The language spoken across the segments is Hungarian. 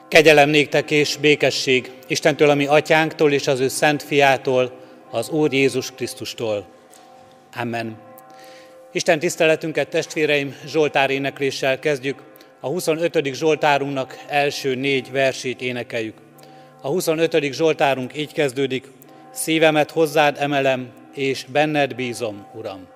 Kegyelem néktek és békesség Istentől, a mi atyánktól és az ő szent fiától, az Úr Jézus Krisztustól. Amen. Isten tiszteletünket, testvéreim, zsoltár énekléssel kezdjük. A 25. zsoltárunknak első 4 versét énekeljük. A 25. zsoltárunk így kezdődik: szívemet hozzád emelem, és benned bízom, Uram.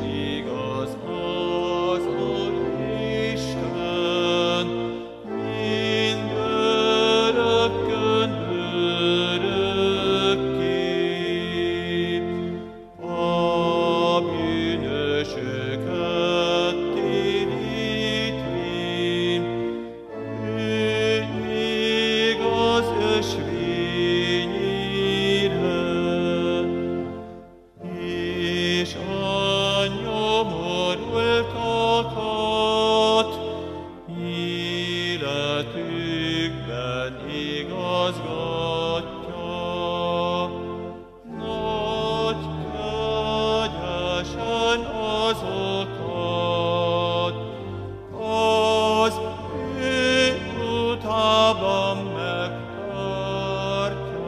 Isten, életükben igazgatja. Nagy kegyesen azokat az ő utában megtartja.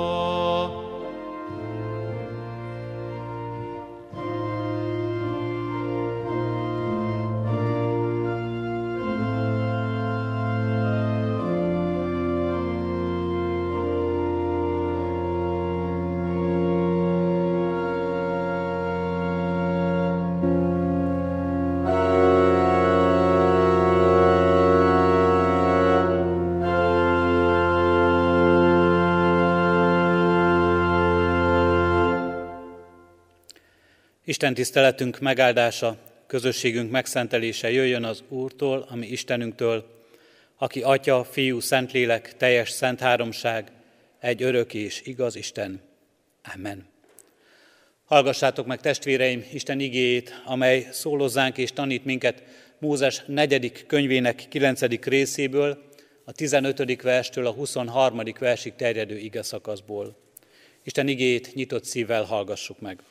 Isten tiszteletünk megáldása, közösségünk megszentelése jöjjön az Úrtól, ami Istenünktől, aki Atya, Fiú, Szentlélek, teljes szent háromság, egy örök és igaz Isten. Amen. Hallgassátok meg, testvéreim, Isten igéjét, amely szól hozzánk és tanít minket Mózes 4. könyvének 9. részéből, a 15. verstől a 23. versig terjedő igeszakaszból. Isten igéjét nyitott szívvel hallgassuk meg.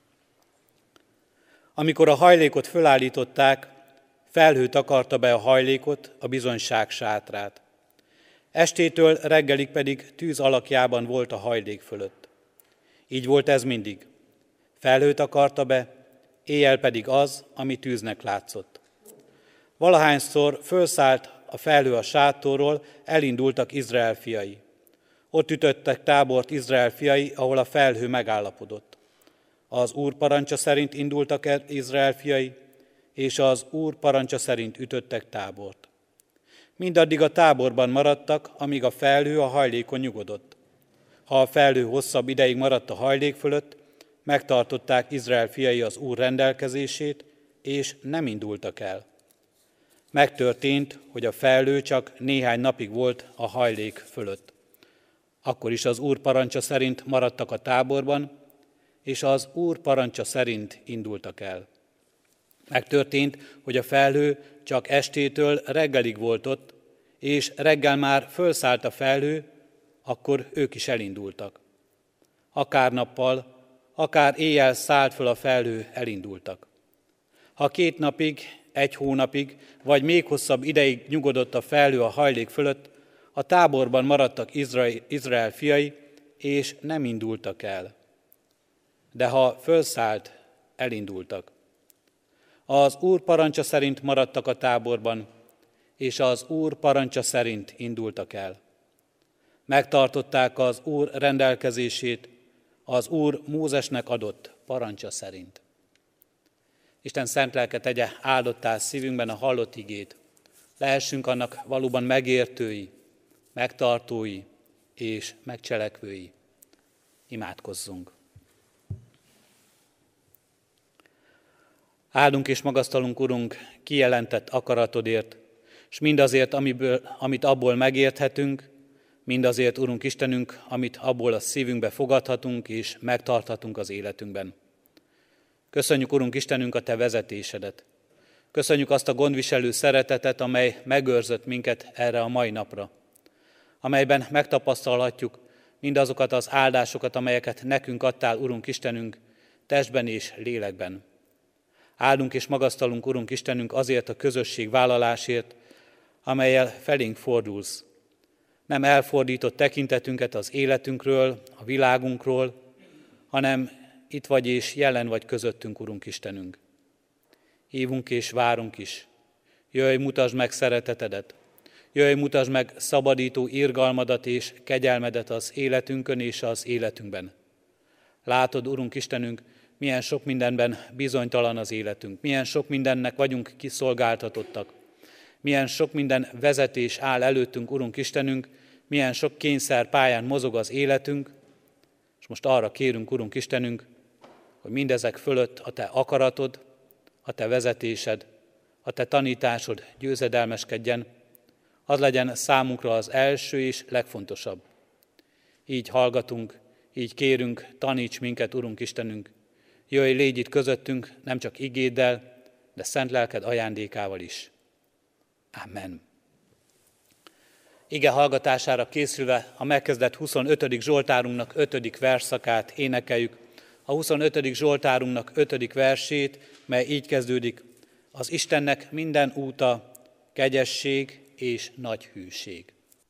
Amikor a hajlékot fölállították, felhő takarta be a hajlékot, a bizonyság sátrát. Estétől reggelig pedig tűz alakjában volt a hajlék fölött. Így volt ez mindig. Felhő takarta be, éjjel pedig az, ami tűznek látszott. Valahányszor fölszállt a felhő a sátorról, elindultak Izrael fiai. Ott ütöttek tábort Izrael fiai, ahol a felhő megállapodott. Az Úr parancsa szerint indultak el Izrael fiai, és az Úr parancsa szerint ütöttek tábort. Mindaddig a táborban maradtak, amíg a felhő a hajlékon nyugodott. Ha a felhő hosszabb ideig maradt a hajlék fölött, megtartották Izrael fiai az Úr rendelkezését, és nem indultak el. Megtörtént, hogy a felhő csak néhány napig volt a hajlék fölött. Akkor is az Úr parancsa szerint maradtak a táborban, és az Úr parancsa szerint indultak el. Megtörtént, hogy a felhő csak estétől reggelig volt ott, és reggel már fölszállt a felhő, akkor ők is elindultak. Akár nappal, akár éjjel szállt föl a felhő, elindultak. Ha 2 napig, 1 hónapig, vagy még hosszabb ideig nyugodott a felhő a hajlék fölött, a táborban maradtak Izrael fiai, és nem indultak el. De ha fölszállt, elindultak. Az Úr parancsa szerint maradtak a táborban, és az Úr parancsa szerint indultak el. Megtartották az Úr rendelkezését, az Úr Mózesnek adott parancsa szerint. Isten szent lelke tegye áldottá szívünkben a hallott igét. Lehessünk annak valóban megértői, megtartói és megcselekvői. Imádkozzunk! Áldunk és magasztalunk, Urunk, kijelentett akaratodért, és mindazért, amit abból megérthetünk, mindazért, Urunk Istenünk, amit abból a szívünkbe fogadhatunk és megtarthatunk az életünkben. Köszönjük, Urunk Istenünk, a Te vezetésedet. Köszönjük azt a gondviselő szeretetet, amely megőrzött minket erre a mai napra, amelyben megtapasztalhatjuk mindazokat az áldásokat, amelyeket nekünk adtál, Urunk Istenünk, testben és lélekben. Áldunk és magasztalunk, Urunk Istenünk, azért a közösségvállalásért, amellyel felénk fordulsz. Nem elfordított tekintetünket az életünkről, a világunkról, hanem itt vagy és jelen vagy közöttünk, Urunk Istenünk. Hívunk és várunk is. Jöjj, mutasd meg szeretetedet. Jöjj, mutasd meg szabadító irgalmadat és kegyelmedet az életünkön és az életünkben. Látod, Urunk Istenünk, milyen sok mindenben bizonytalan az életünk, milyen sok mindennek vagyunk kiszolgáltatottak, milyen sok minden vezetés áll előttünk, Urunk Istenünk, milyen sok kényszer pályán mozog az életünk, és most arra kérünk, Urunk Istenünk, hogy mindezek fölött a Te akaratod, a Te vezetésed, a Te tanításod győzedelmeskedjen, az legyen számunkra az első és legfontosabb. Így hallgatunk, így kérünk, taníts minket, Urunk Istenünk, jöjj, légy itt közöttünk, nem csak igéddel, de szent lelked ajándékával is. Amen. ige hallgatására készülve a megkezdett 25. Zsoltárunknak 5. versszakát énekeljük. A 25. Zsoltárunknak 5. versét, mely így kezdődik: az Istennek minden úta kegyesség és nagy hűség.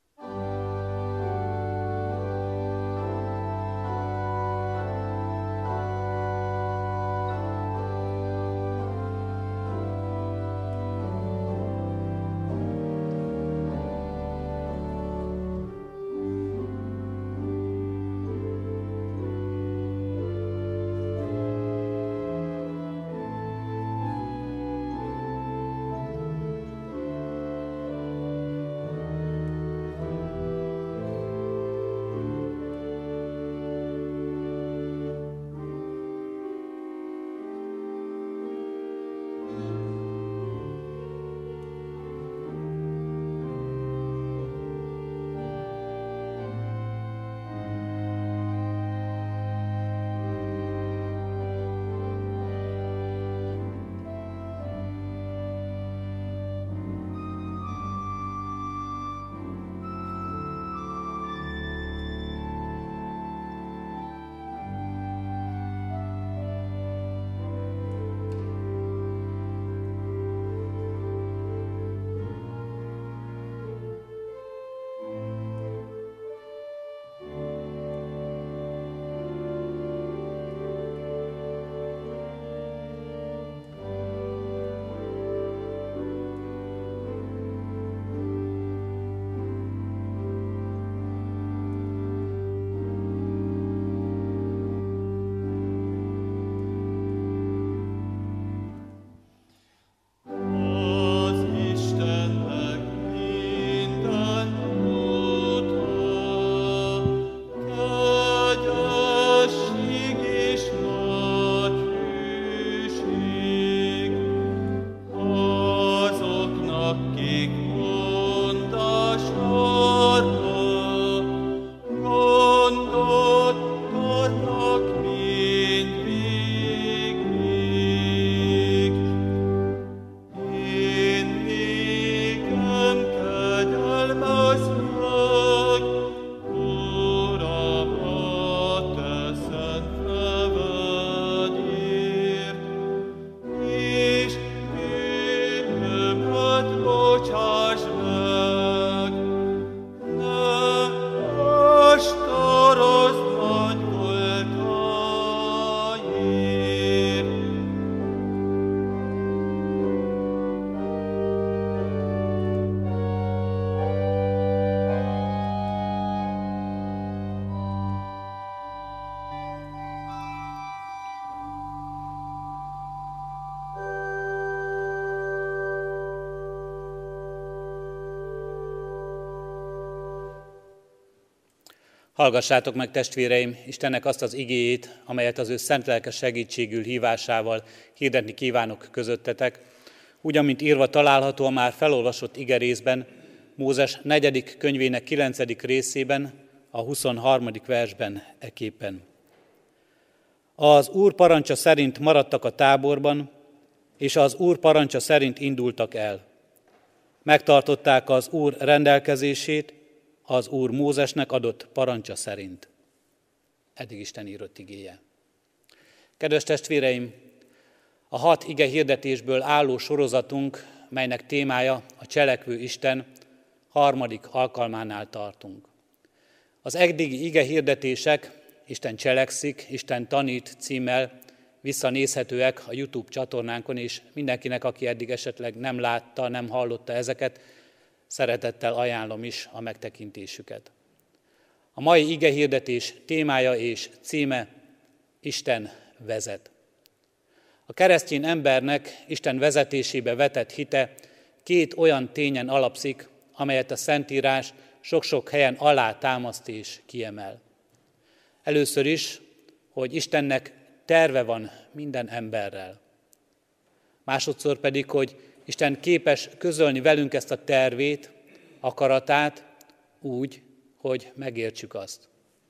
Hallgassátok meg, testvéreim, Istennek azt az igéjét, amelyet az ő szent lelke segítségül hívásával hirdetni kívánok közöttetek, úgy, amint írva található a már felolvasott igerészben, Mózes 4. könyvének 9. részében, a 23. versben eképpen. Az Úr parancsa szerint maradtak a táborban, és az Úr parancsa szerint indultak el. Megtartották az Úr rendelkezését, az Úr Mózesnek adott parancsa szerint. Eddig Isten írott igéje. Kedves testvéreim, a 6 ige hirdetésből álló sorozatunk, melynek témája a cselekvő Isten, 3. alkalmánál tartunk. Az eddigi ige hirdetések Isten cselekszik, Isten tanít címmel visszanézhetőek a YouTube csatornánkon, és mindenkinek, aki eddig esetleg nem látta, nem hallotta ezeket, szeretettel ajánlom is a megtekintésüket. A mai igehirdetés témája és címe Isten vezet. A keresztény embernek Isten vezetésébe vetett hite 2 olyan tényen alapszik, amelyet a Szentírás sok-sok helyen alátámaszt és kiemel. Először is, hogy Istennek terve van minden emberrel. Másodszor pedig, hogy Isten képes közölni velünk ezt a tervét, akaratát úgy, hogy megértsük azt.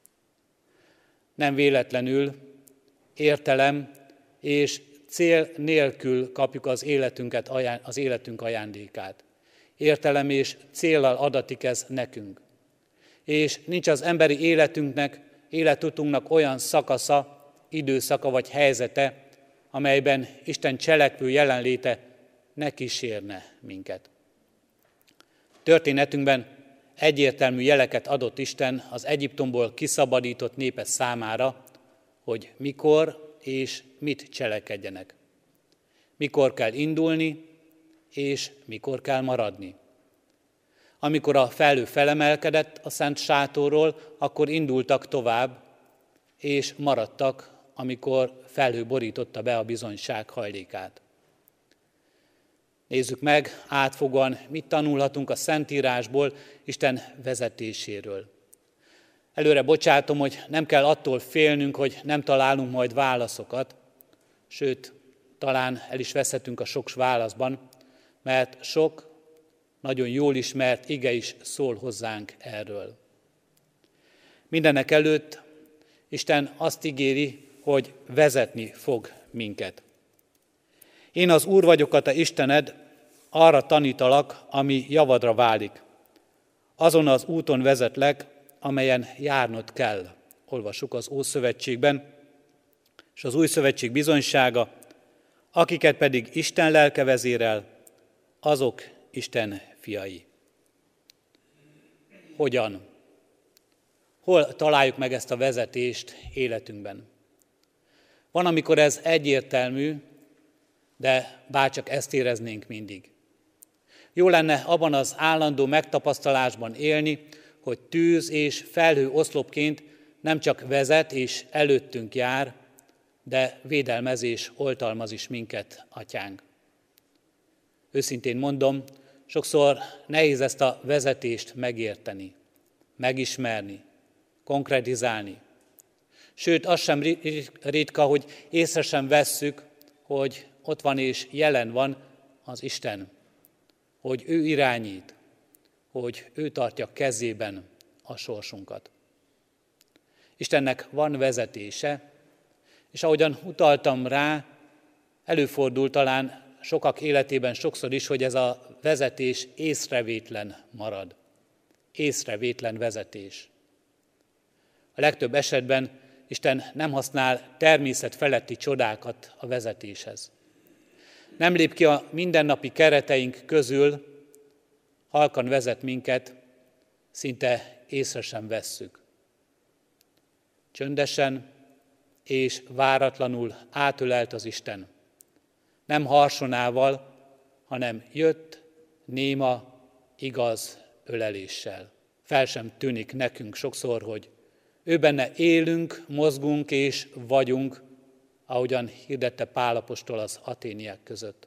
Nem véletlenül, értelem és cél nélkül kapjuk az életünk ajándékát. értelem és céllal adatik ez nekünk. És nincs az emberi életutunknak olyan szakasza, időszaka vagy helyzete, amelyben Isten cselekvő jelenléte ne kísérne minket. Történetünkben egyértelmű jeleket adott Isten az Egyiptomból kiszabadított népe számára, hogy mikor és mit cselekedjenek. Mikor kell indulni, és mikor kell maradni. Amikor a felhő felemelkedett a Szent Sátorról, akkor indultak tovább, és maradtak, amikor felhő borította be a bizonyság hajlékát. Nézzük meg átfogóan, mit tanulhatunk a Szentírásból Isten vezetéséről. Előre bocsátom, hogy nem kell attól félnünk, hogy nem találunk majd válaszokat, sőt, talán el is veszhetünk a sok válaszban, mert sok nagyon jól ismert ige is szól hozzánk erről. Mindenek előtt Isten azt ígéri, hogy vezetni fog minket. Én az Úr vagyok, a te Istened, arra tanítalak, ami javadra válik. Azon az úton vezetlek, amelyen járnod kell. Olvassuk az Ószövetségben, és az Új Szövetség bizonysága, akiket pedig Isten lelke vezérel, azok Isten fiai. Hogyan? Hol találjuk meg ezt a vezetést életünkben? Van, amikor ez egyértelmű, de bárcsak ezt éreznénk mindig. Jó lenne abban az állandó megtapasztalásban élni, hogy tűz és felhő oszlopként nem csak vezet és előttünk jár, de védelmez és oltalmaz is minket, Atyánk. Őszintén mondom, sokszor nehéz ezt a vezetést megérteni, megismerni, konkretizálni. Sőt, az sem ritka, hogy észre sem vesszük, hogy ott van és jelen van az Isten, hogy ő irányít, hogy ő tartja kezében a sorsunkat. Istennek van vezetése, és ahogyan utaltam rá, előfordul talán sokak életében sokszor is, hogy ez a vezetés észrevétlen marad. Észrevétlen vezetés. A legtöbb esetben Isten nem használ természet feletti csodákat a vezetéshez. Nem lép ki a mindennapi kereteink közül, halkan vezet minket, szinte észre sem vesszük. Csöndesen és váratlanul átölelt az Isten. Nem harsonával, hanem jött, néma, igaz öleléssel. Fel sem tűnik nekünk sokszor, hogy ő benne élünk, mozgunk és vagyunk, ahogyan hirdette Pál apostol az aténiek között.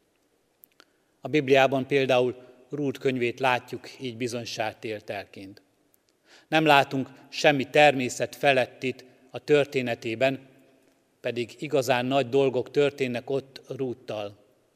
A Bibliában például Rút könyvét látjuk így bizonyságtételként. Nem látunk semmi természet felettit a történetében, pedig igazán nagy dolgok történnek ott Rúttal.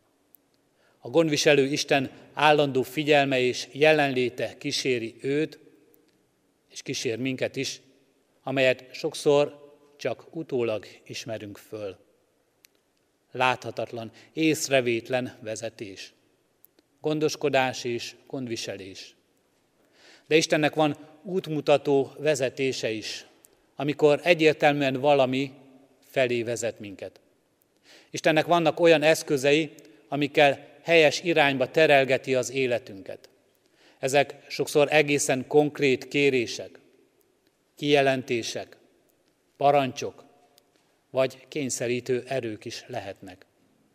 A gondviselő Isten állandó figyelme és jelenléte kíséri őt, és kísér minket is, amelyet sokszor csak utólag ismerünk föl. Láthatatlan, észrevétlen vezetés, gondoskodás és gondviselés. De Istennek van útmutató vezetése is, amikor egyértelműen valami felé vezet minket. Istennek vannak olyan eszközei, amikkel helyes irányba terelgeti az életünket. Ezek sokszor egészen konkrét kérések, kijelentések, parancsok, vagy kényszerítő erők is lehetnek.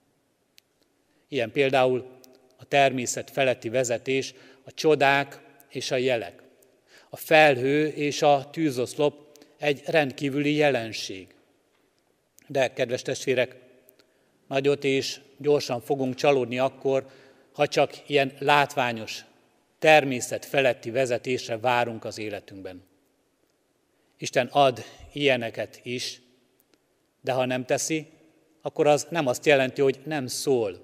Ilyen például a természet feletti vezetés, a csodák és a jelek. A felhő és a tűzoszlop egy rendkívüli jelenség. De, kedves testvérek, nagyot és gyorsan fogunk csalódni akkor, ha csak ilyen látványos, természet feletti vezetésre várunk az életünkben. Isten ad ilyeneket is, de ha nem teszi, akkor az nem azt jelenti, hogy nem szól.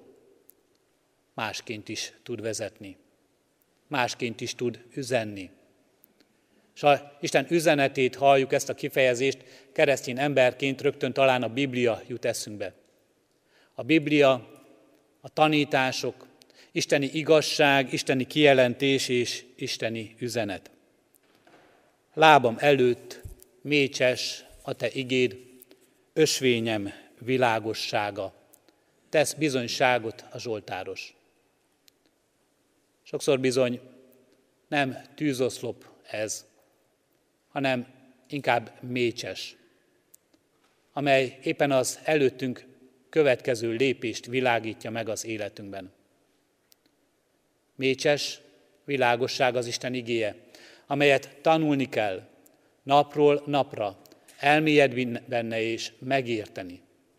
Másként is tud vezetni. Másként is tud üzenni. És ha Isten üzenetét halljuk, ezt a kifejezést, keresztény emberként rögtön talán a Biblia jut eszünkbe. A Biblia, a tanítások isteni igazság, isteni kijelentés és isteni üzenet. Lábam előtt mécses a te igéd, ösvényem világossága, tesz bizonyságot a zsoltáros. Sokszor bizony nem tűzoszlop ez, hanem inkább mécses, amely éppen az előttünk következő lépést világítja meg az életünkben. Mécses világosság az Isten igéje, amelyet tanulni kell napról napra, elmélyedni benne és megérteni.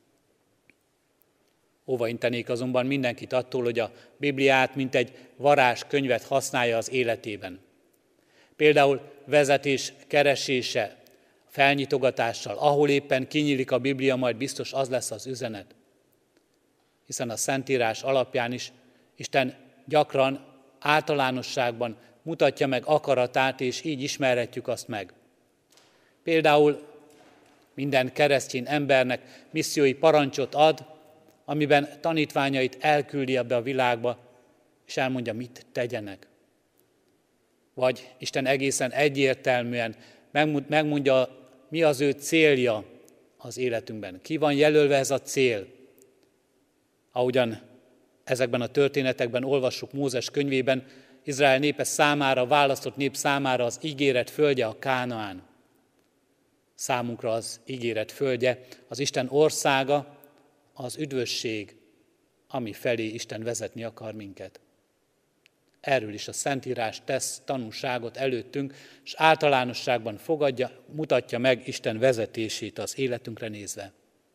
Óvaintenék azonban mindenkit attól, hogy a Bibliát mint egy varázskönyvet használja az életében. Például vezetés keresése, felnyitogatással, ahol éppen kinyílik a Biblia, majd biztos az lesz az üzenet. Hiszen a Szentírás alapján is Isten gyakran általánosságban mutatja meg akaratát, és így ismerhetjük azt meg. Például minden keresztény embernek missziói parancsot ad, amiben tanítványait elküldi ebbe a világba, és elmondja, mit tegyenek. Vagy Isten egészen egyértelműen megmondja, mi az ő célja az életünkben. Ki van jelölve ez a cél? Ahogyan ezekben a történetekben olvassuk Mózes könyvében, Izrael népe számára, választott nép számára az ígéret földje a Kánaán. Számunkra az ígéret földje, az Isten országa, az üdvösség, ami felé Isten vezetni akar minket. Erről is a Szentírás tesz tanúságot előttünk, és általánosságban mutatja meg Isten vezetését az életünkre nézve.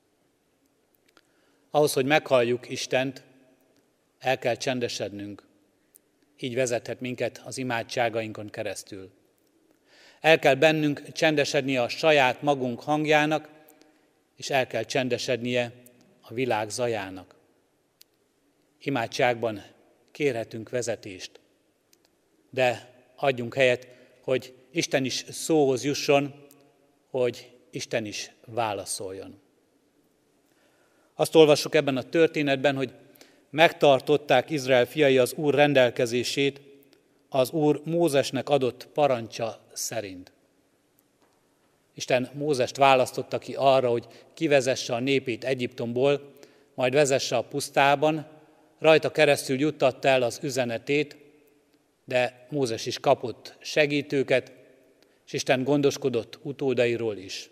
Ahhoz, hogy meghalljuk Istent, el kell csendesednünk. Így vezethet minket az imádságainkon keresztül. El kell bennünk csendesednie a saját magunk hangjának, és el kell csendesednie a világ zajának. Imádságban kérhetünk vezetést, de adjunk helyet, hogy Isten is szóhoz jusson, hogy Isten is válaszoljon. Azt olvassuk ebben a történetben, hogy megtartották Izrael fiai az Úr rendelkezését az Úr Mózesnek adott parancsa szerint. Isten Mózest választotta ki arra, hogy kivezesse a népét Egyiptomból, majd vezesse a pusztában, rajta keresztül juttatta el az üzenetét, de Mózes is kapott segítőket, és Isten gondoskodott utódairól is.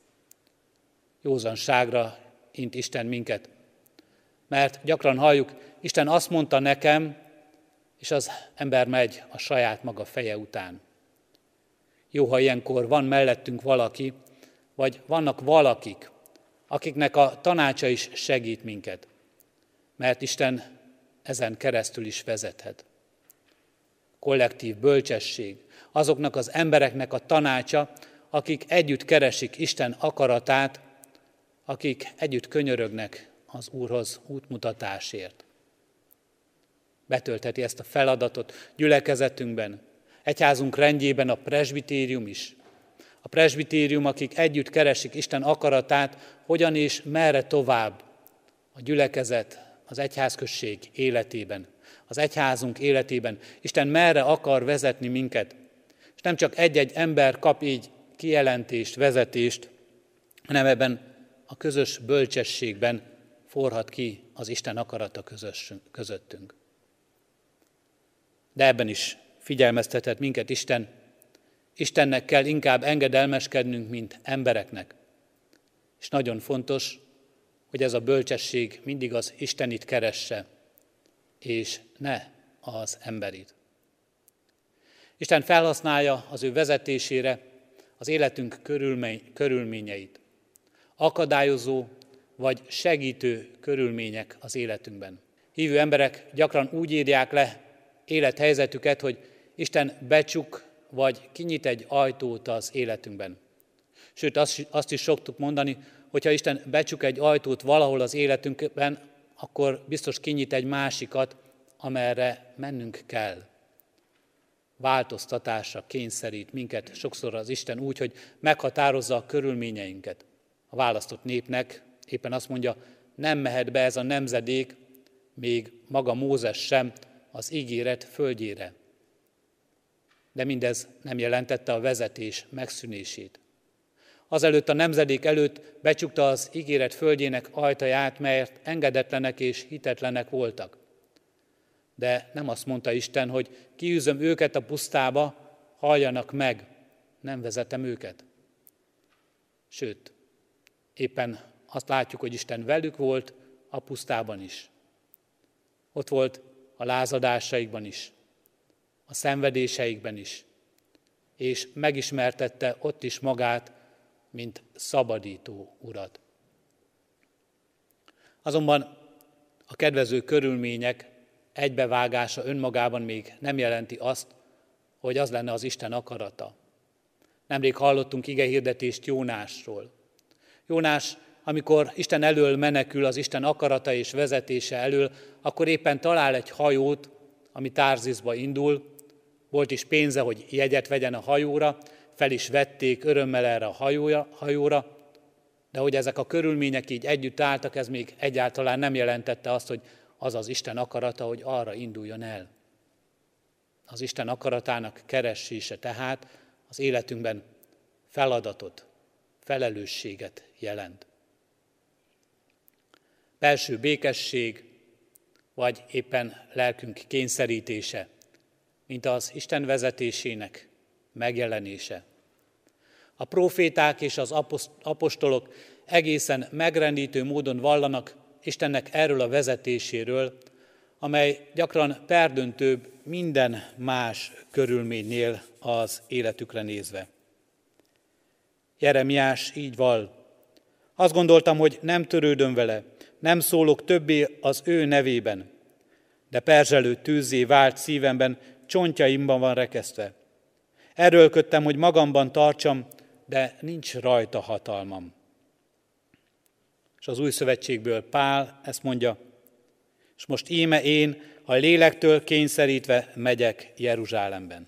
Józanságra int Isten minket, mert gyakran halljuk, Isten azt mondta nekem, és az ember megy a saját maga feje után. Jó, ha ilyenkor van mellettünk valaki, vagy vannak valakik, akiknek a tanácsa is segít minket, mert Isten ezen keresztül is vezethet. Kollektív bölcsesség, azoknak az embereknek a tanácsa, akik együtt keresik Isten akaratát, akik együtt könyörögnek az Úrhoz útmutatásért. Betöltheti ezt a feladatot gyülekezetünkben, egyházunk rendjében a presbitérium is. A presbitérium, akik együtt keresik Isten akaratát, hogyan és merre tovább a gyülekezet, az egyházközség életében, az egyházunk életében. Isten merre akar vezetni minket. És nem csak egy-egy ember kap így kijelentést, vezetést, hanem ebben a közös bölcsességben forhat ki az Isten akarata közöttünk. De ebben is figyelmeztetett minket Isten. Istennek kell inkább engedelmeskednünk, mint embereknek. És nagyon fontos, hogy ez a bölcsesség mindig az Istenit keresse, és ne az emberit. Isten felhasználja az ő vezetésére az életünk körülményeit. Akadályozó vagy segítő körülmények az életünkben. Hívő emberek gyakran úgy írják le élethelyzetüket, hogy Isten becsuk vagy kinyit egy ajtót az életünkben. Sőt, azt is szoktuk mondani, hogyha Isten becsuk egy ajtót valahol az életünkben, akkor biztos kinyit egy másikat, amerre mennünk kell. Változtatásra kényszerít minket sokszor az Isten úgy, hogy meghatározza a körülményeinket. A választott népnek éppen azt mondja, nem mehet be ez a nemzedék, még maga Mózes sem, az ígéret földjére. De mindez nem jelentette a vezetés megszűnését. Azelőtt a nemzedék előtt becsukta az ígéret földjének ajtaját, mert engedetlenek és hitetlenek voltak. De nem azt mondta Isten, hogy kiűzöm őket a pusztába, halljanak meg, nem vezetem őket. Sőt, éppen azt látjuk, hogy Isten velük volt a pusztában is. Ott volt a lázadásaikban is, a szenvedéseikben is, és megismertette ott is magát, mint szabadító urat. Azonban a kedvező körülmények egybevágása önmagában még nem jelenti azt, hogy az lenne az Isten akarata. Nemrég hallottunk igehirdetést Jónásról. Jónás, amikor Isten elől menekül az Isten akarata és vezetése elől, akkor éppen talál egy hajót, ami Tárziszba indul. Volt is pénze, hogy jegyet vegyen a hajóra, fel is vették örömmel erre a hajóra, de hogy ezek a körülmények így együtt álltak, ez még egyáltalán nem jelentette azt, hogy az az Isten akarata, hogy arra induljon el. Az Isten akaratának keresése tehát az életünkben feladatot, felelősséget jelent. Belső békesség, vagy éppen lelkünk kényszerítése, mint az Isten vezetésének megjelenése. A próféták és az apostolok egészen megrendítő módon vallanak Istennek erről a vezetéséről, amely gyakran perdöntőbb minden más körülménynél az életükre nézve. Jeremiás így vall: azt gondoltam, hogy nem törődöm vele, nem szólok többé az ő nevében, de perzselő tűzzé vált szívemben, csontjaimban van rekesztve. Erőlködtem, hogy magamban tartsam, de nincs rajta hatalmam. És az Új Szövetségből Pál ezt mondja: és most íme én a lélektől kényszerítve megyek Jeruzsálemben.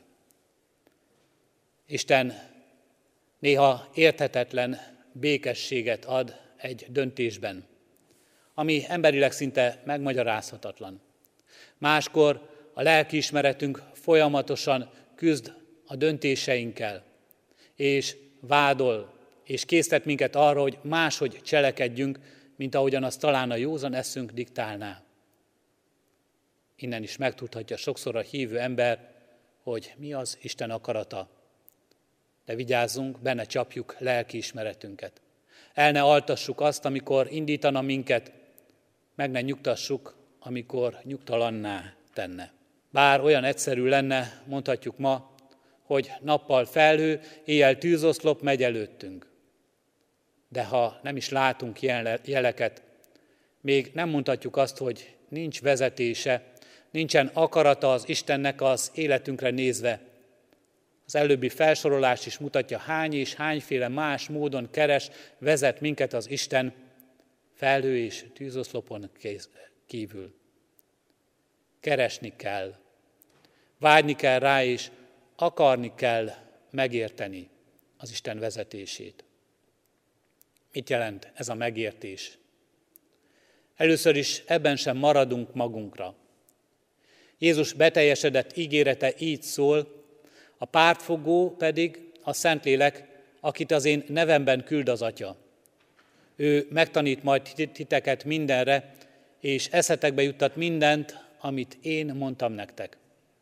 Isten néha érthetetlen békességet ad egy döntésben, ami emberileg szinte megmagyarázhatatlan. Máskor a lelkiismeretünk folyamatosan küzd a döntéseinkkel, és vádol, és késztet minket arra, hogy máshogy cselekedjünk, mint ahogyan azt talán a józan eszünk diktálná. Innen is megtudhatja sokszor a hívő ember, hogy mi az Isten akarata. De vigyázzunk, be ne csapjuk lelkiismeretünket. El ne altassuk azt, amikor indítana minket, meg ne nyugtassuk, amikor nyugtalanná tenne. Bár olyan egyszerű lenne, mondhatjuk ma, hogy nappal felhő, éjjel tűzoszlop megy előttünk. De ha nem is látunk ilyen jeleket, még nem mondhatjuk azt, hogy nincs vezetése, nincsen akarata az Istennek az életünkre nézve. Az előbbi felsorolás is mutatja, hány és hányféle más módon vezet minket az Isten felhő és tűzoszlopon kívül. Keresni kell, vágyni kell rá, és akarni kell megérteni az Isten vezetését. Mit jelent ez a megértés? Először is ebben sem maradunk magunkra. Jézus beteljesedett ígérete így szól, a pártfogó pedig a Szentlélek, akit az én nevemben küld az Atya. Ő megtanít majd titeket mindenre, és eszetekbe juttat mindent, amit én mondtam nektek.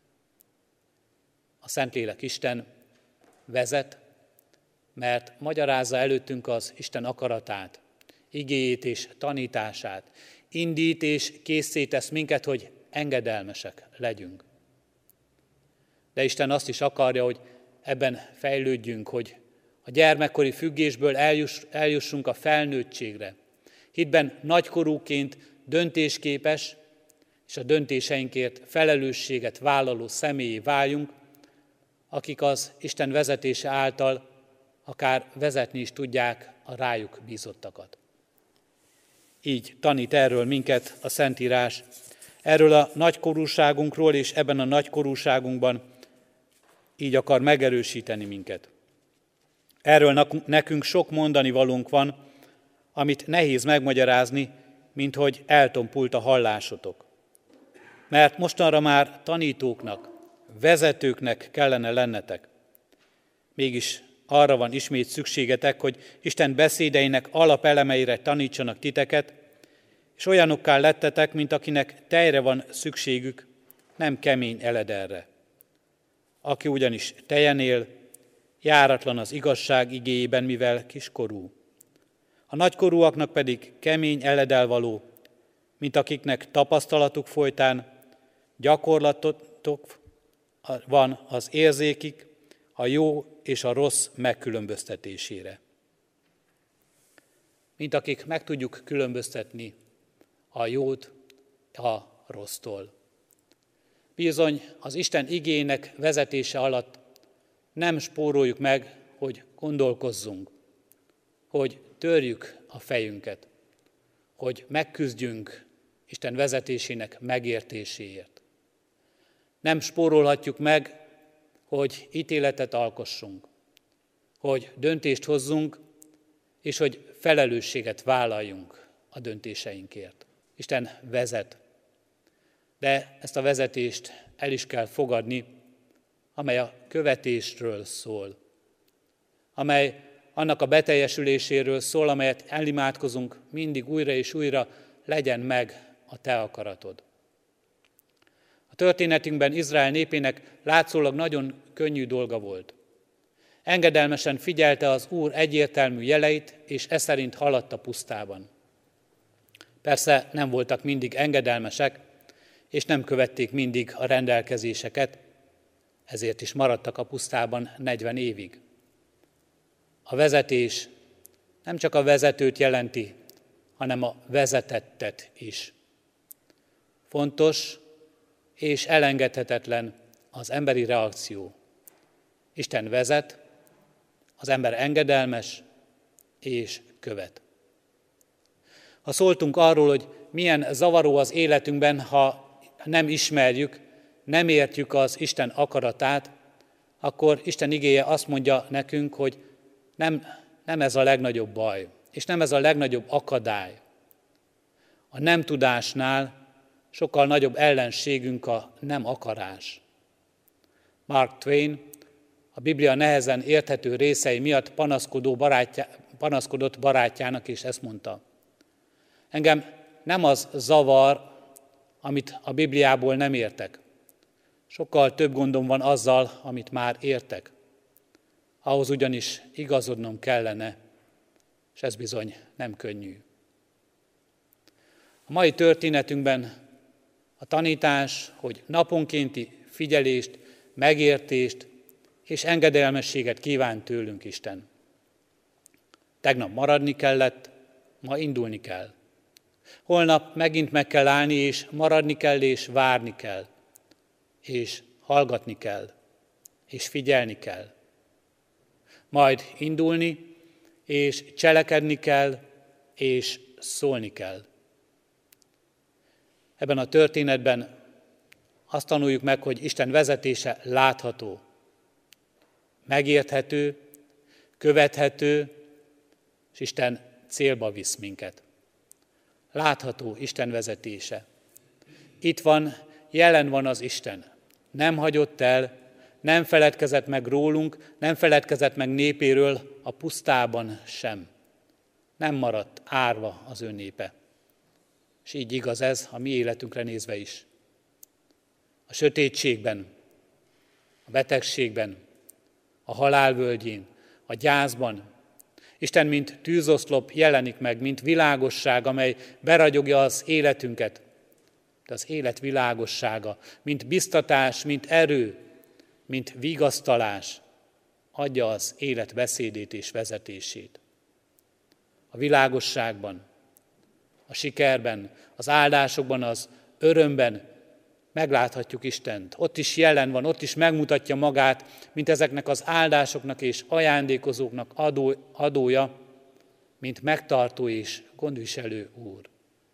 A Szentlélek Isten vezet, mert magyarázza előttünk az Isten akaratát, igéjét és tanítását, indít és készé tesz minket, hogy engedelmesek legyünk. De Isten azt is akarja, hogy ebben fejlődjünk, hogy a gyermekkori függésből eljussunk a felnőttségre. Hitben nagykorúként döntésképes, és a döntéseinkért felelősséget vállaló személyé váljunk, akik az Isten vezetése által akár vezetni is tudják a rájuk bízottakat. Így tanít erről minket a Szentírás, erről a nagykorúságunkról, és ebben a nagykorúságunkban így akar megerősíteni minket. Erről nekünk sok mondani valónk van, amit nehéz megmagyarázni, mint hogy eltompult a hallásotok. mert mostanra már tanítóknak, vezetőknek kellene lennetek. Mégis arra van ismét szükségetek, hogy Isten beszédeinek alapelemeire tanítsanak titeket, és olyanokká lettetek, mint akinek tejre van szükségük, nem kemény elederre. Aki ugyanis tejen él, járatlan az igazság igéjében, mivel kiskorú. A nagykorúaknak pedig kemény eledel való, mint akiknek tapasztalatuk folytán gyakorlatok van az érzékik a jó és a rossz megkülönböztetésére. Mint akik meg tudjuk különböztetni a jót a rossztól. Bizony az Isten igének vezetése alatt nem spóroljuk meg, hogy gondolkozzunk, hogy törjük a fejünket, hogy megküzdjünk Isten vezetésének megértéséért. Nem spórolhatjuk meg, hogy ítéletet alkossunk, hogy döntést hozzunk, és hogy felelősséget vállaljunk a döntéseinkért. Isten vezet, de ezt a vezetést el is kell fogadni, amely a követésről szól, amely annak a beteljesüléséről szól, amelyet elimádkozunk mindig újra és újra, legyen meg a te akaratod. A történetünkben Izrael népének látszólag nagyon könnyű dolga volt. Engedelmesen figyelte az Úr egyértelmű jeleit, és e szerint haladt a pusztában. Persze nem voltak mindig engedelmesek, és nem követték mindig a rendelkezéseket, ezért is maradtak a pusztában 40 évig. A vezetés nem csak a vezetőt jelenti, hanem a vezetettet is. Fontos és elengedhetetlen az emberi reakció. Isten vezet, az ember engedelmes és követ. Ha szóltunk arról, hogy milyen zavaró az életünkben, ha nem ismerjük, nem értjük az Isten akaratát, akkor Isten igéje azt mondja nekünk, hogy nem ez a legnagyobb baj, és nem ez a legnagyobb akadály. A nem tudásnál sokkal nagyobb ellenségünk a nem akarás. Mark Twain a Biblia nehezen érthető részei miatt panaszkodott barátjának, és ezt mondta: engem nem az zavar, amit a Bibliából nem értek. Sokkal több gondom van azzal, amit már értek. Ahhoz ugyanis igazodnom kellene, és ez bizony nem könnyű. A mai történetünkben a tanítás, hogy naponkénti figyelést, megértést és engedelmességet kíván tőlünk Isten. Tegnap maradni kellett, ma indulni kell. Holnap megint meg kell állni, és maradni kell, és várni kell. És hallgatni kell, és figyelni kell. Majd indulni, és cselekedni kell, és szólni kell. Ebben a történetben azt tanuljuk meg, hogy Isten vezetése látható, megérthető, követhető, és Isten célba visz minket. Látható Isten vezetése. Itt van, jelen van az Isten. Nem hagyott el, nem feledkezett meg rólunk, nem feledkezett meg népéről a pusztában sem. Nem maradt árva az ő népe. És így igaz ez a mi életünkre nézve is. A sötétségben, a betegségben, a halál völgyén, a gyászban Isten mint tűzoszlop jelenik meg, mint világosság, amely beragyogja az életünket. De az élet világossága, mint biztatás, mint erő, mint vigasztalás adja az élet beszédét és vezetését. A világosságban, a sikerben, az áldásokban, az örömben megláthatjuk Istent. Ott is jelen van, ott is megmutatja magát, mint ezeknek az áldásoknak és ajándékozóknak adója, mint megtartó és gondviselő Úr.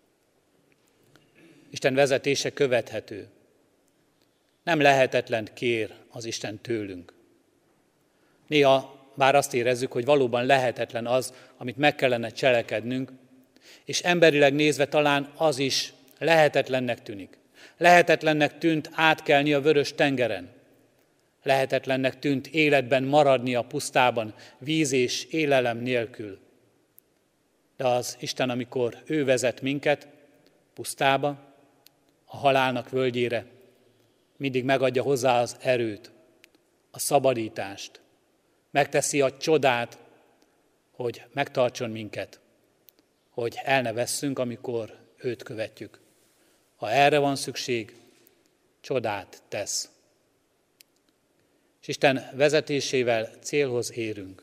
Isten vezetése követhető. Nem lehetetlen kér az Isten tőlünk. Néha bár azt érezzük, hogy valóban lehetetlen az, amit meg kellene cselekednünk, és emberileg nézve talán az is lehetetlennek tűnik. Lehetetlennek tűnt átkelni a vörös tengeren. Lehetetlennek tűnt életben maradni a pusztában, víz és élelem nélkül. De az Isten, amikor ő vezet minket pusztába, a halálnak völgyére, mindig megadja hozzá az erőt, a szabadítást, megteszi a csodát, hogy megtartson minket, hogy el ne vesszünk, amikor őt követjük. Ha erre van szükség, csodát tesz. És Isten vezetésével célhoz érünk.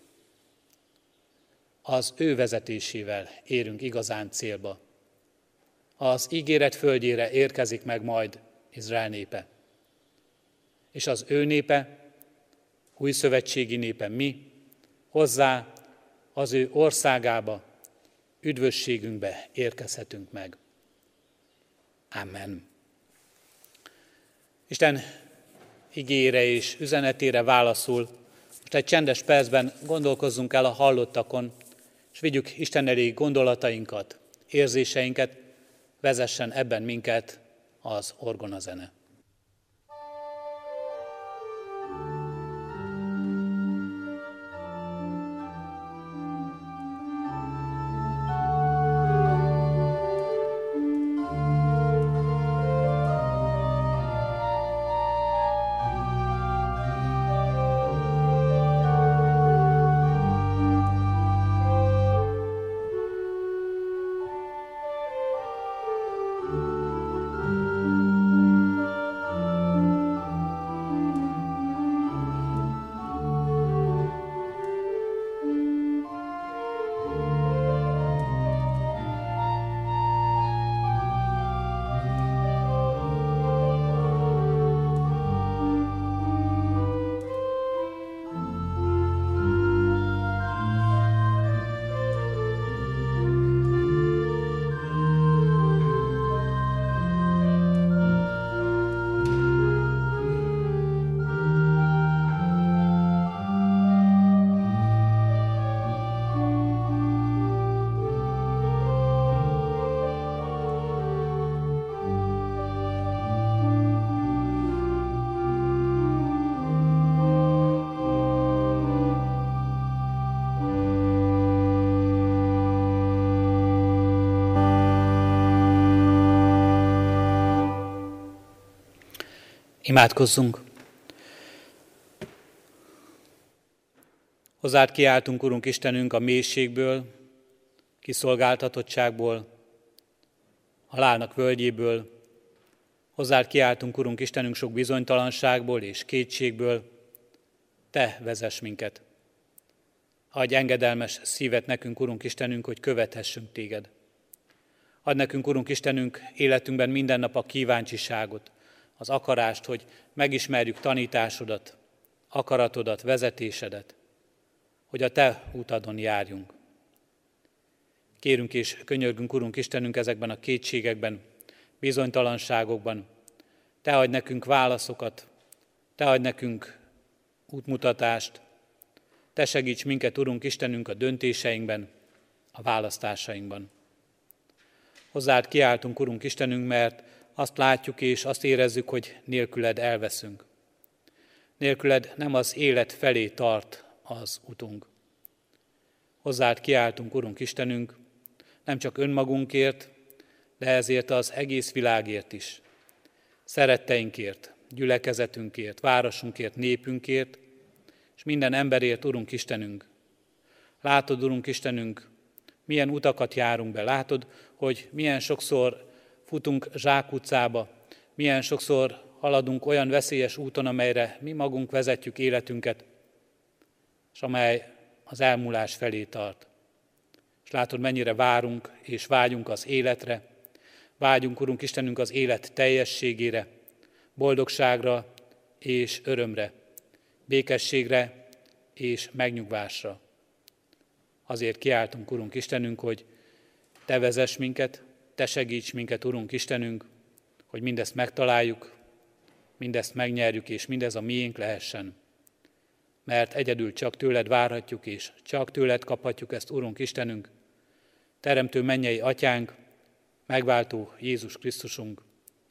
Az ő vezetésével érünk igazán célba. Az ígéret földjére érkezik meg majd Izrael népe. És az ő népe, újszövetségi népe mi, hozzá az ő országába, üdvösségünkbe érkezhetünk meg. Amen. Isten igére és üzenetére válaszul, most egy csendes percben gondolkozzunk el a hallottakon, és vigyük Isten elé gondolatainkat, érzéseinket, vezessen ebben minket az orgonazene. Imádkozzunk! Hozzád kiáltunk, Urunk Istenünk, a mélységből, kiszolgáltatottságból, halálnak völgyéből. Hozzád kiáltunk, Urunk Istenünk, sok bizonytalanságból és kétségből. Te vezess minket. Adj engedelmes szívet nekünk, Urunk Istenünk, hogy követhessünk téged. Add nekünk, Urunk Istenünk, életünkben minden nap a kíváncsiságot, az akarást, hogy megismerjük tanításodat, akaratodat, vezetésedet, hogy a Te útadon járjunk. Kérünk és könyörgünk, Urunk Istenünk, ezekben a kétségekben, bizonytalanságokban. Te adj nekünk válaszokat, Te adj nekünk útmutatást, Te segíts minket, Urunk Istenünk, a döntéseinkben, a választásainkban. Hozzád kiáltunk, Urunk Istenünk, mert azt látjuk és azt érezzük, hogy nélküled elveszünk. Nélküled nem az élet felé tart az utunk. Hozzád kiáltunk, Urunk Istenünk, nem csak önmagunkért, de ezért az egész világért is. Szeretteinkért, gyülekezetünkért, városunkért, népünkért, és minden emberért, Urunk Istenünk. Látod, Urunk Istenünk, milyen utakat járunk be. Látod, hogy milyen sokszor futunk zsákutcába, milyen sokszor haladunk olyan veszélyes úton, amelyre mi magunk vezetjük életünket, és amely az elmúlás felé tart. És látod, mennyire várunk és vágyunk az életre, vágyunk, Urunk Istenünk, az élet teljességére, boldogságra és örömre, békességre és megnyugvásra. Azért kiáltunk, Urunk Istenünk, hogy Te vezess minket, Te segíts minket, Urunk Istenünk, hogy mindezt megtaláljuk, mindezt megnyerjük, és mindez a miénk lehessen. Mert egyedül csak Tőled várhatjuk, és csak Tőled kaphatjuk ezt, Urunk Istenünk, Teremtő mennyei Atyánk, megváltó Jézus Krisztusunk.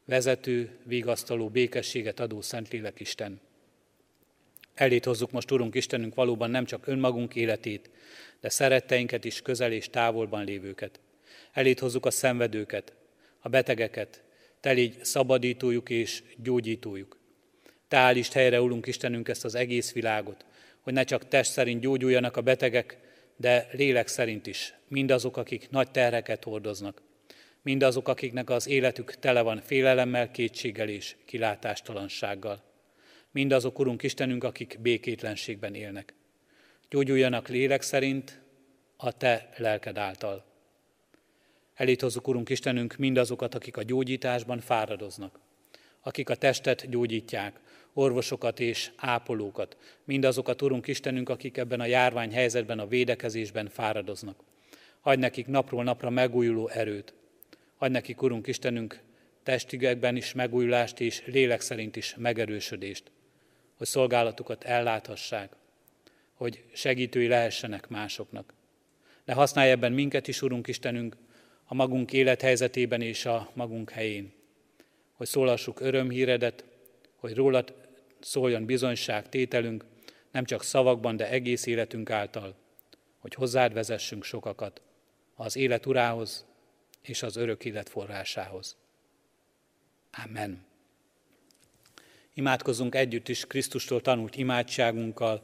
vezető, vigasztaló, békességet adó Szentlélek Isten. Elét hozzuk most, Urunk Istenünk, valóban nem csak önmagunk életét, de szeretteinket is, közel és távolban lévőket. Elét hozzuk a szenvedőket, a betegeket, Te légy szabadítójuk és gyógyítójuk. Te állítsd helyre, Urunk Istenünk, ezt az egész világot, hogy ne csak test szerint gyógyuljanak a betegek, de lélek szerint is, mindazok, akik nagy terheket hordoznak, mindazok, akiknek az életük tele van félelemmel, kétséggel és kilátástalansággal. Mindazok, Urunk Istenünk, akik békétlenségben élnek. Gyógyuljanak lélek szerint a Te lelked által. Elét hozzuk, Urunk Istenünk, mindazokat, akik a gyógyításban fáradoznak, akik a testet gyógyítják, orvosokat és ápolókat, mindazokat, Urunk Istenünk, akik ebben a járványhelyzetben, a védekezésben fáradoznak. Adj nekik napról napra megújuló erőt. Adj nekik, Urunk Istenünk, testigekben is megújulást és lélek szerint is megerősödést, hogy szolgálatukat elláthassák, hogy segítői lehessenek másoknak. De használj ebben minket is, Urunk Istenünk, a magunk élethelyzetében és a magunk helyén, hogy szólassuk örömhíredet, hogy rólad szóljon bizonyságtételünk, nem csak szavakban, de egész életünk által, hogy hozzád vezessünk sokakat az élet urához és az örök élet forrásához. Amen. Imádkozzunk együtt is Krisztustól tanult imádságunkkal.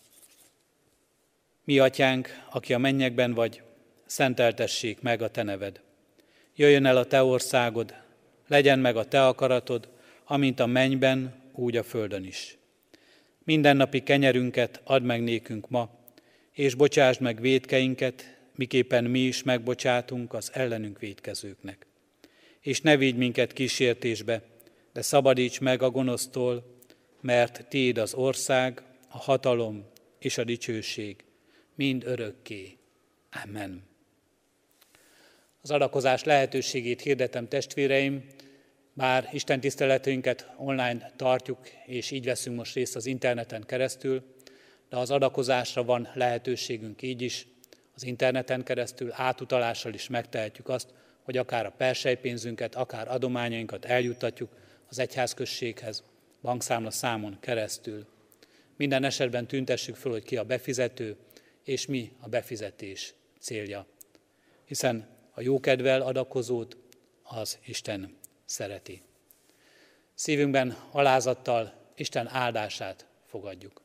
Mi atyánk, aki a mennyekben vagy, szenteltessék meg a te neved. Jöjjön el a te országod, legyen meg a te akaratod, amint a mennyben, úgy a földön is. Mindennapi kenyerünket add meg nékünk ma, és bocsásd meg vétkeinket, miképpen mi is megbocsátunk az ellenünk vétkezőknek. És ne vigy minket kísértésbe, de szabadíts meg a gonosztól, mert tiéd az ország, a hatalom és a dicsőség, mind örökké. Amen. Az adakozás lehetőségét hirdetem, testvéreim, bár Isten tiszteletünket online tartjuk, és így veszünk most részt az interneten keresztül, de az adakozásra van lehetőségünk így is, az interneten keresztül átutalással is megtehetjük azt, hogy akár a perselypénzünket, akár adományainkat eljuttatjuk az egyházközséghez, bankszámla számon keresztül. Minden esetben tüntessük föl, hogy ki a befizető, és mi a befizetés célja. Hiszen a jókedvel adakozót az Isten szereti. Szívünkben alázattal Isten áldását fogadjuk.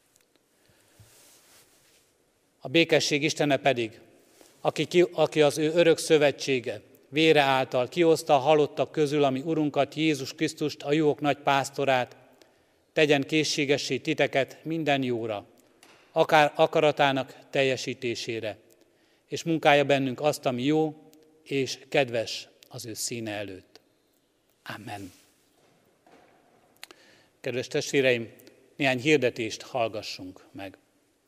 A békesség Istene pedig, aki az ő örök szövetsége, vére által kihozta a halottak közül, ami Urunkat, Jézus Krisztust, a jók nagy pásztorát, tegyen készségessé titeket minden jóra, akár akaratának teljesítésére, és munkálja bennünk azt, ami jó és kedves az ő színe előtt. Amen. Kedves testvéreim, néhány hirdetést hallgassunk meg.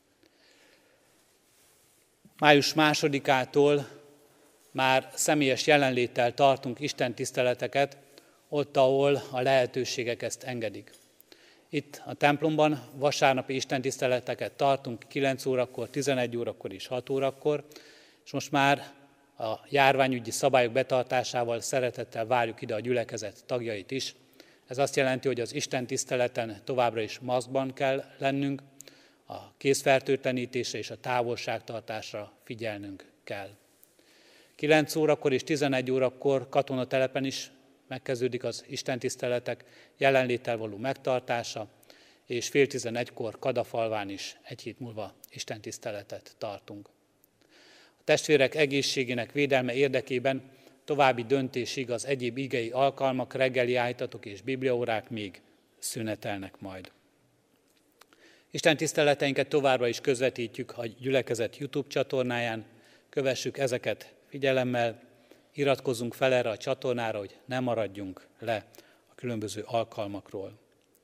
Május 2-ától már személyes jelenléttel tartunk istentiszteleteket, ott, ahol a lehetőségek ezt engedik. Itt a templomban vasárnapi istentiszteleteket tartunk 9 órakor, 11 órakor és 6 órakor, és most már a járványügyi szabályok betartásával szeretettel várjuk ide a gyülekezet tagjait is. Ez azt jelenti, hogy az istentiszteleten továbbra is maszkban kell lennünk, a kézfertőtlenítésre és a távolságtartásra figyelnünk kell. 9 órakor és 11 órakor katonatelepen is megkezdődik az istentiszteletek jelenléttel való megtartása, és 10:30-kor Kadafalván is egy hét múlva istentiszteletet tartunk. A testvérek egészségének védelme érdekében további döntésig az egyéb igei alkalmak, reggeli ájtatok és bibliaórák még szünetelnek majd. Istentiszteleteinket továbbra is közvetítjük a gyülekezet YouTube csatornáján, kövessük ezeket figyelemmel, iratkozzunk fel erre a csatornára, hogy ne maradjunk le a különböző alkalmakról.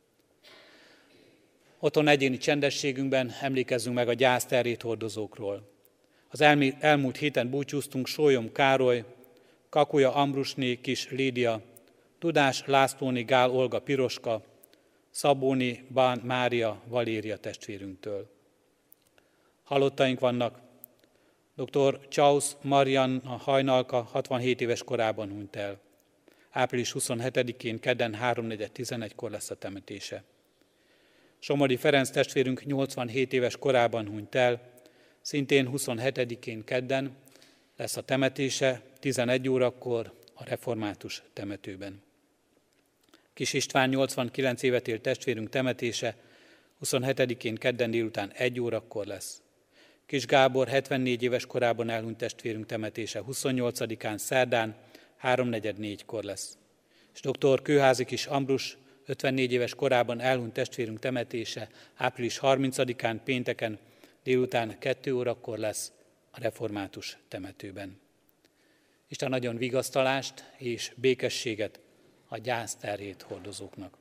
Otthon egyéni csendességünkben emlékezzünk meg a gyászterhét hordozókról. Az elmúlt héten búcsúztunk Sólyom Károly, Kakuja Ambrusné Kis Lídia, Tudás Lászlóné Gál Olga Piroska, Szabóni Bán Mária Valéria testvérünktől. Halottaink vannak, dr. Csausz Marian a Hajnalka 67 éves korában hunyt el. Április 27-én kedden 3:11-kor lesz a temetése. Somogyi Ferenc testvérünk 87 éves korában hunyt el, szintén 27-én kedden lesz a temetése, 11 órakor a református temetőben. Kis István 89 évet élt testvérünk temetése 27-én kedden délután 1 órakor lesz. Kis Gábor 74 éves korában elhunyt testvérünk temetése 28-án szerdán 3:44-kor lesz. És dr. Kőházi Kis Ambrus 54 éves korában elhunyt testvérünk temetése április 30-án pénteken délután 2 órakor lesz a református temetőben. Isten nagyon vigasztalást és békességet a gyász terhét hordozóknak.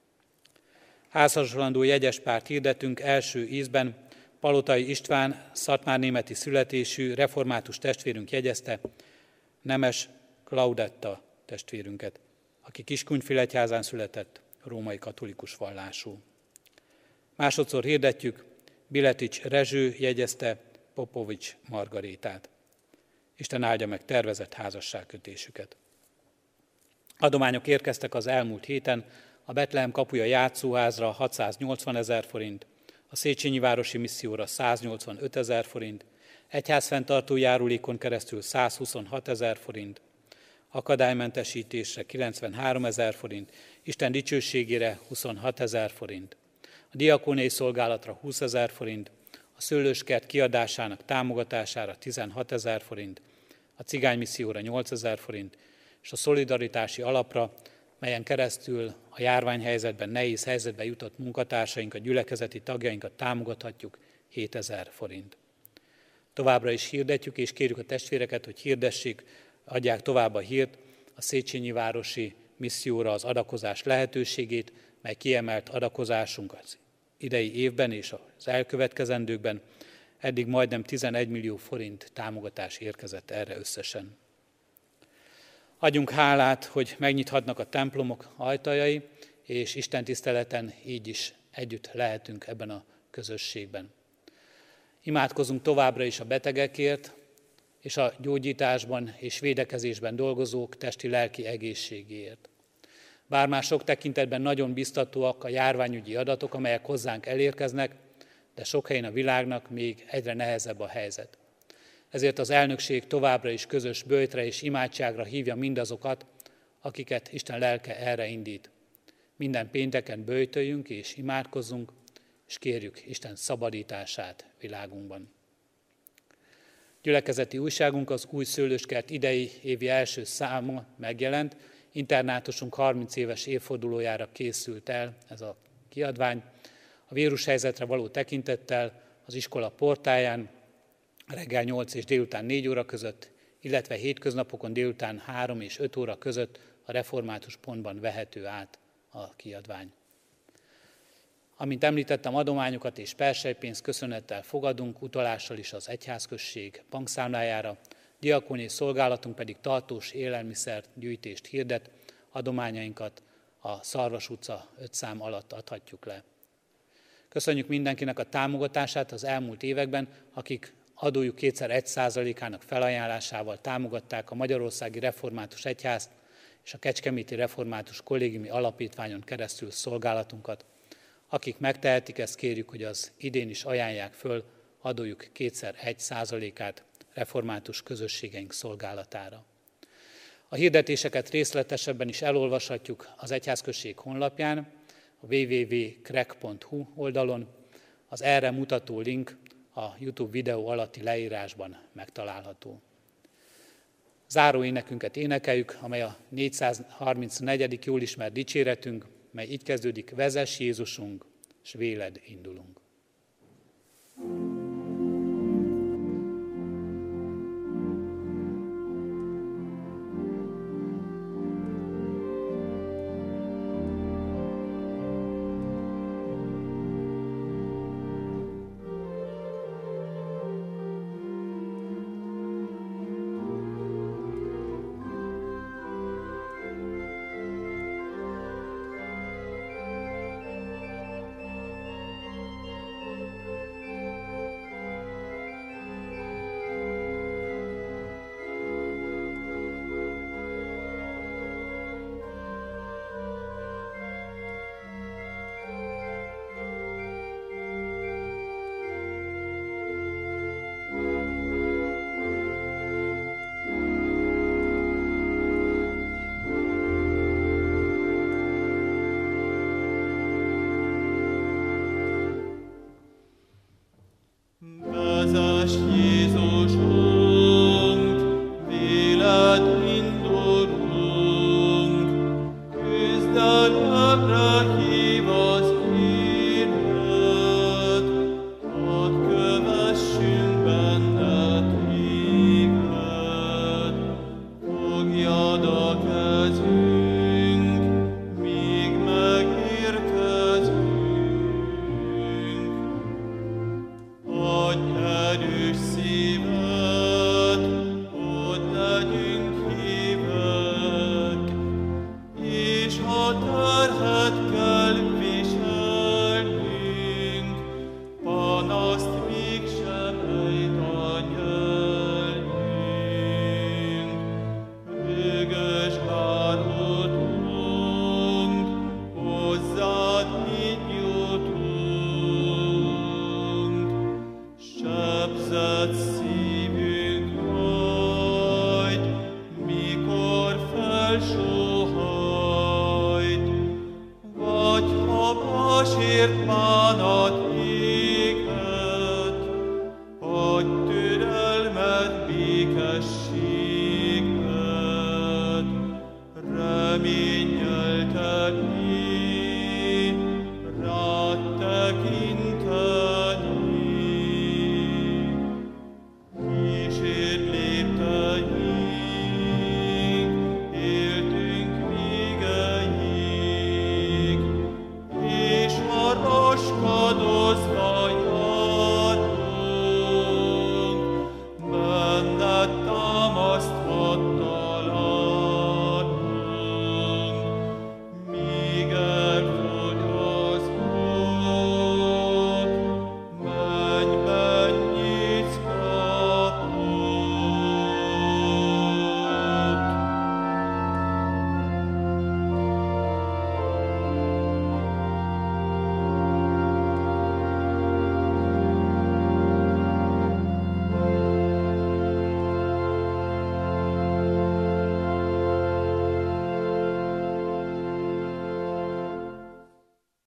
Házaslandó jegyespárt hirdetünk első ízben. Palotai István, szatmárnémeti születésű református testvérünk jegyezte Nemes Claudetta testvérünket, aki Kiskunfélegyházán született, római katolikus vallású. Másodszor hirdetjük, Biletics Rezső jegyezte Popovics Margarétát. Isten áldja meg tervezett házasságkötésüket. Adományok érkeztek az elmúlt héten, a Betlehem kapuja játszóházra 680 000 forint, a Széchenyi Városi Misszióra 185 000 forint, egyházfenntartó járulékon keresztül 126 000 forint, akadálymentesítésre 93 000 forint, Isten dicsőségére 26 000 forint, a diakóniai szolgálatra 20 000 forint, a szőlőskert kiadásának támogatására 16 000 forint, a cigánymisszióra 8 000 forint, és a szolidaritási alapra, melyen keresztül a járványhelyzetben, nehéz helyzetben jutott munkatársainkat, gyülekezeti tagjainkat támogathatjuk 7 000 forint. Továbbra is hirdetjük, és kérjük a testvéreket, hogy hirdessék, adják tovább a hírt a Széchenyi Városi Misszióra az adakozás lehetőségét, mely kiemelt adakozásunk az idei évben és az elkövetkezendőkben. Eddig majdnem 11 millió forint támogatás érkezett erre összesen. Adjunk hálát, hogy megnyithatnak a templomok ajtajai, és Isten tiszteleten így is együtt lehetünk ebben a közösségben. Imádkozunk továbbra is a betegekért, és a gyógyításban és védekezésben dolgozók testi-lelki egészségéért. Bár már sok tekintetben nagyon biztatóak a járványügyi adatok, amelyek hozzánk elérkeznek, de sok helyen a világnak még egyre nehezebb a helyzet. Ezért az elnökség továbbra is közös böjtre és imádságra hívja mindazokat, akiket Isten lelke erre indít. Minden pénteken böjtöljünk és imádkozzunk, és kérjük Isten szabadítását világunkban. Gyülekezeti újságunk, az Új Szőlőskert idei évi első száma megjelent. Internátusunk 30 éves évfordulójára készült el ez a kiadvány. A vírushelyzetre való tekintettel az iskola portáján reggel 8 és délután 4 óra között, illetve hétköznapokon délután 3 és 5 óra között a református pontban vehető át a kiadvány. Amint említettem, adományokat és perselypénzt köszönettel fogadunk, utalással is az egyházközség bankszámlájára, diakóniai szolgálatunk pedig tartós élelmiszer gyűjtést hirdet, adományainkat a Szarvas utca 5 szám alatt adhatjuk le. Köszönjük mindenkinek a támogatását az elmúlt években, akik adójuk 2x1%-ának felajánlásával támogatták a Magyarországi Református Egyházt és a Kecskeméti Református Kollégiumi Alapítványon keresztül szolgálatunkat. Akik megtehetik, ezt kérjük, hogy az idén is ajánlják föl adójuk 2x1%-át református közösségeink szolgálatára. A hirdetéseket részletesebben is elolvashatjuk az egyházközség honlapján, a www.krek.hu oldalon, az erre mutató link a YouTube videó alatti leírásban megtalálható. Záró énekünket énekeljük, amely a 434. jól ismert dicséretünk, mely így kezdődik: vezess Jézusunk, s véled indulunk. Jézus.